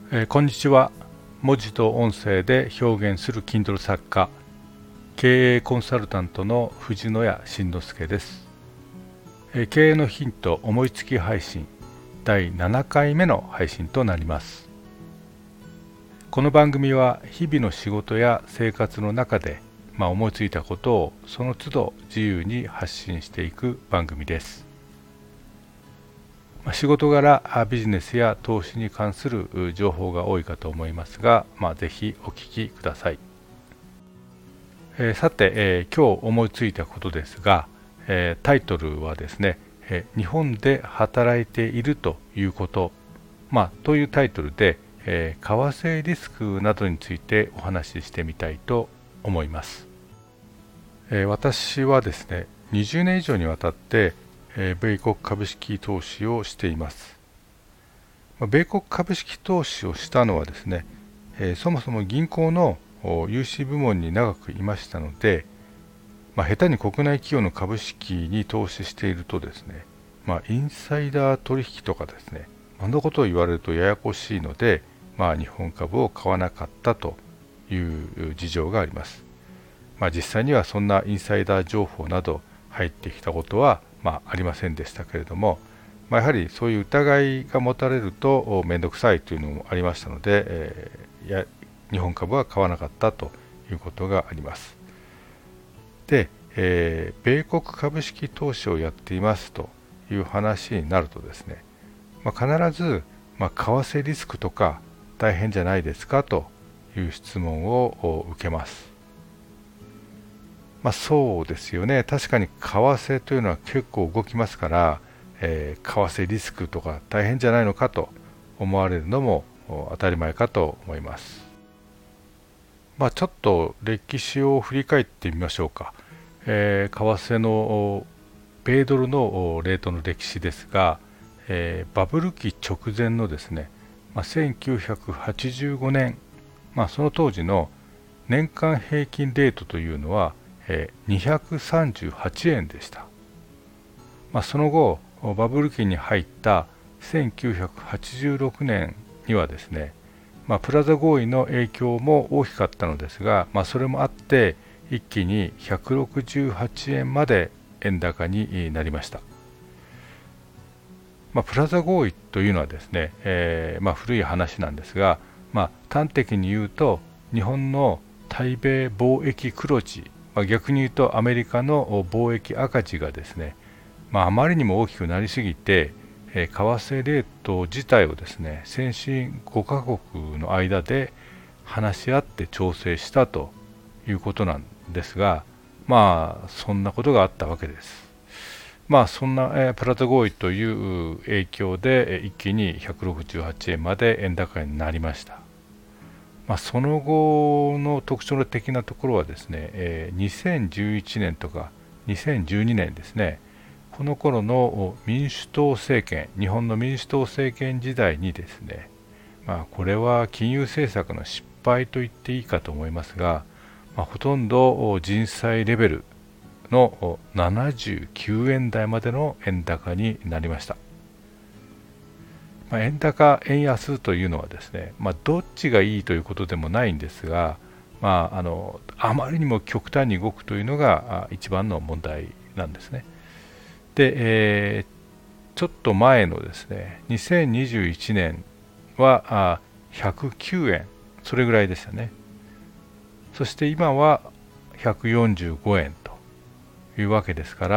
こんにちは。文字と音声で表現する Kindle 作家、経営コンサルタントの藤野谷慎之介です。経営のヒント思いつき配信第7回目の配信となります。この番組は日々の仕事や生活の中で、思いついたことをその都度自由に発信していく番組です。仕事柄ビジネスや投資に関する情報が多いかと思いますが、ぜひお聞きください。さて、今日思いついたことですが、タイトルはですね、日本で働いているということ、というタイトルで、為替リスクなどについてお話ししてみたいと思います。私はですね、20年以上にわたって米国株式投資をしています。米国株式投資をしたのはですね、そもそも銀行の融資部門に長くいましたので、下手に国内企業の株式に投資しているとですね、インサイダー取引とかですね、そんなことを言われるとややこしいので、日本株を買わなかったという事情があります。実際にはそんなインサイダー情報など入ってきたことはありませんでしたけれども、やはりそういう疑いが持たれると面倒くさいというのもありましたので、日本株は買わなかったということがあります。で、米国株式投資をやっていますという話になるとですね、必ず、為替リスクとか大変じゃないですかという質問を受けます。そうですよね。確かに為替というのは結構動きますから、為替リスクとか大変じゃないのかと思われるのも当たり前かと思います。ちょっと歴史を振り返ってみましょうか。為替の米ドルのレートの歴史ですが、バブル期直前のですね、1985年、その当時の年間平均レートというのは238円でした。その後バブル期に入った1986年にはですね、プラザ合意の影響も大きかったのですが、それもあって一気に168円まで円高になりました。プラザ合意というのはですね、古い話なんですが、端的に言うと日本の対米貿易黒字、逆に言うとアメリカの貿易赤字がですね、あまりにも大きくなりすぎて、為替レート自体をですね、先進5カ国の間で話し合って調整したということなんですが、そんなことがあったわけです。そんなプラザ合意という影響で一気に168円まで円高になりました。その後の特徴的なところはですね、2011年とか2012年ですね、この頃の民主党政権、日本の民主党政権時代にですね、これは金融政策の失敗と言っていいかと思いますが、ほとんど人災レベルの79円台までの円高になりました。円高円安というのはですね、どっちがいいということでもないんですが、あまりにも極端に動くというのが一番の問題なんですね。で、ちょっと前のですね、2021年は109円、それぐらいでしたね。そして今は145円というわけですから、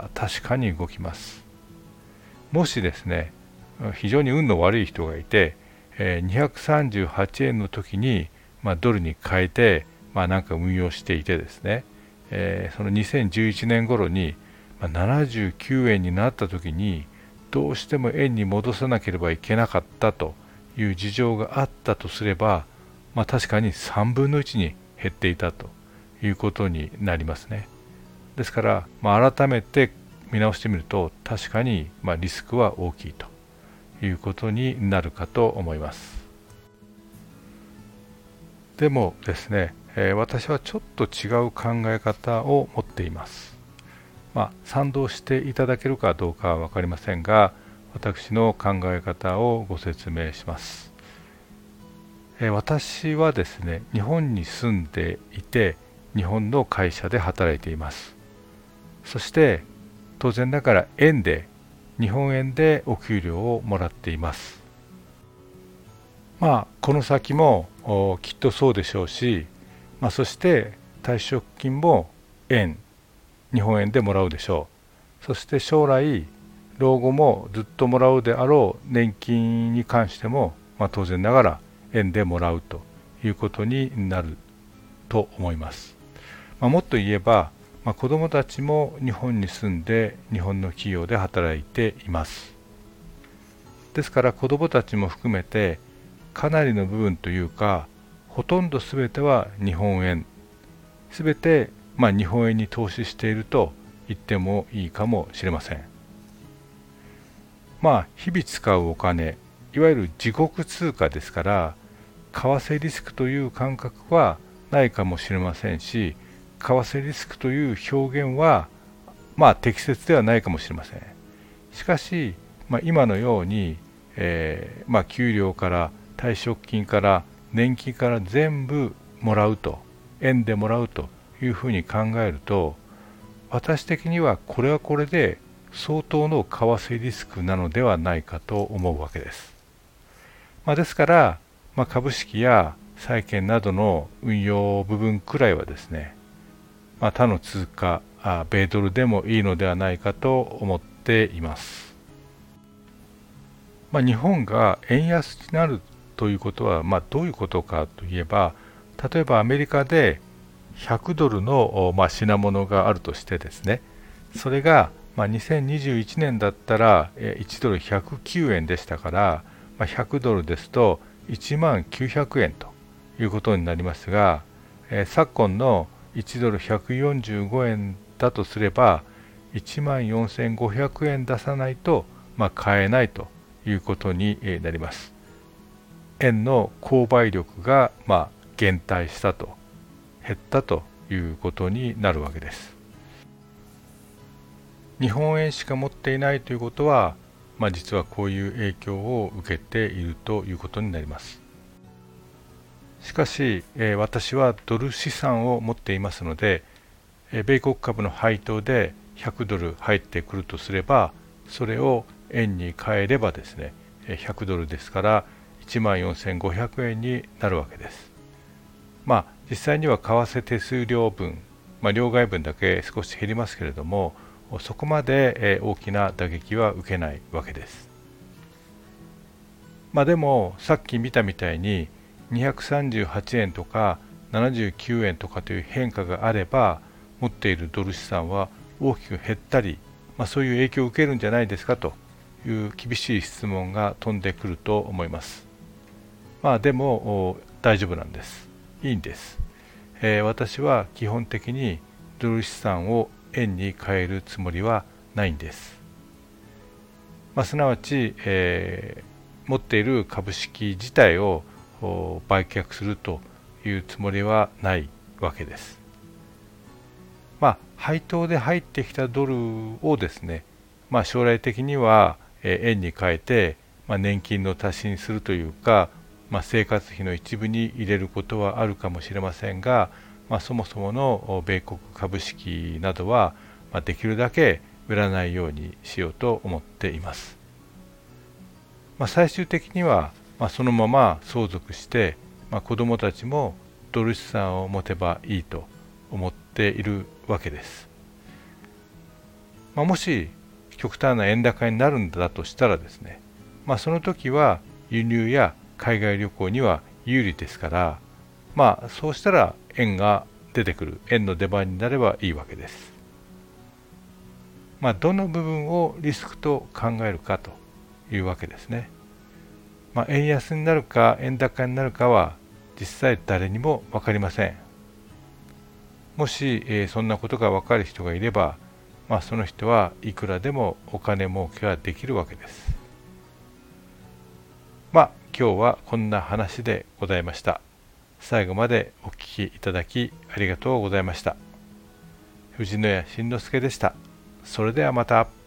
確かに動きます。もしですね、非常に運の悪い人がいて、238円の時に、ドルに変えて、なんか運用していてですね、その2011年頃に、79円になった時にどうしても円に戻さなければいけなかったという事情があったとすれば、確かに3分の1に減っていたということになりますね。ですから、改めて見直してみると確かにリスクは大きいということになるかと思います。でもですね、私はちょっと違う考え方を持っています。賛同していただけるかどうかは分かりませんが、私の考え方をご説明します。 私はですね、日本に住んでいて、日本の会社で働いています。そして当然ながら日本円でお給料をもらっています。この先もきっとそうでしょうし、そして退職金も日本円でもらうでしょう。そして将来老後もずっともらうであろう年金に関しても、当然ながら円でもらうということになると思います。もっと言えば、子どもたちも日本に住んで日本の企業で働いています。ですから子どもたちも含めてかなりの部分というか、ほとんど全ては日本円、全て日本円に投資していると言ってもいいかもしれません。日々使うお金、いわゆる自国通貨ですから、為替リスクという感覚はないかもしれませんし、為替リスクという表現は適切ではないかもしれません。しかし、今のように、給料から退職金から年金から全部もらうと、円でもらうというふうに考えると、私的にはこれはこれで相当の為替リスクなのではないかと思うわけです。ですから、株式や債券などの運用部分くらいはですね、他の通貨、米ドルでもいいのではないかと思っています。日本が円安になるということは、どういうことかといえば、例えばアメリカで100ドルの、品物があるとしてですね、それが、2021年だったら1ドル109円でしたから、100ドルですと1万900円ということになりますが、昨今の1ドル145円だとすれば1万4500円出さないと、買えないということになります。円の購買力が、減退したと、減ったということになるわけです。日本円しか持っていないということは、実はこういう影響を受けているということになります。しかし、私はドル資産を持っていますので、米国株の配当で100ドル入ってくるとすれば、それを円に変えればですね、100ドルですから1万4500円になるわけです。実際には為替手数料分、両替分だけ少し減りますけれども、そこまで大きな打撃は受けないわけです。でもさっき見たみたいに238円とか79円とかという変化があれば、持っているドル資産は大きく減ったり、そういう影響を受けるんじゃないですかという厳しい質問が飛んでくると思います。でも大丈夫なんです。いいんです。私は基本的にドル資産を円に変えるつもりはないんです。すなわち、持っている株式自体を売却するというつもりはないわけです。配当で入ってきたドルをですね、将来的には円に変えて、年金の足しにするというか、生活費の一部に入れることはあるかもしれませんが、そもそもの米国株式などは、できるだけ売らないようにしようと思っています。最終的には、そのまま相続して、子どもたちもドル資産を持てばいいと思っているわけです。もし極端な円高になるんだとしたらですね、その時は輸入や海外旅行には有利ですから、そうしたら円が出てくる、円の出番になればいいわけです。どの部分をリスクと考えるかというわけですね。円安になるか円高になるかは実際誰にも分かりません。もし、そんなことが分かる人がいれば、その人はいくらでもお金儲けができるわけです。今日はこんな話でございました。最後までお聞きいただきありがとうございました。藤野谷慎之介でした。それではまた。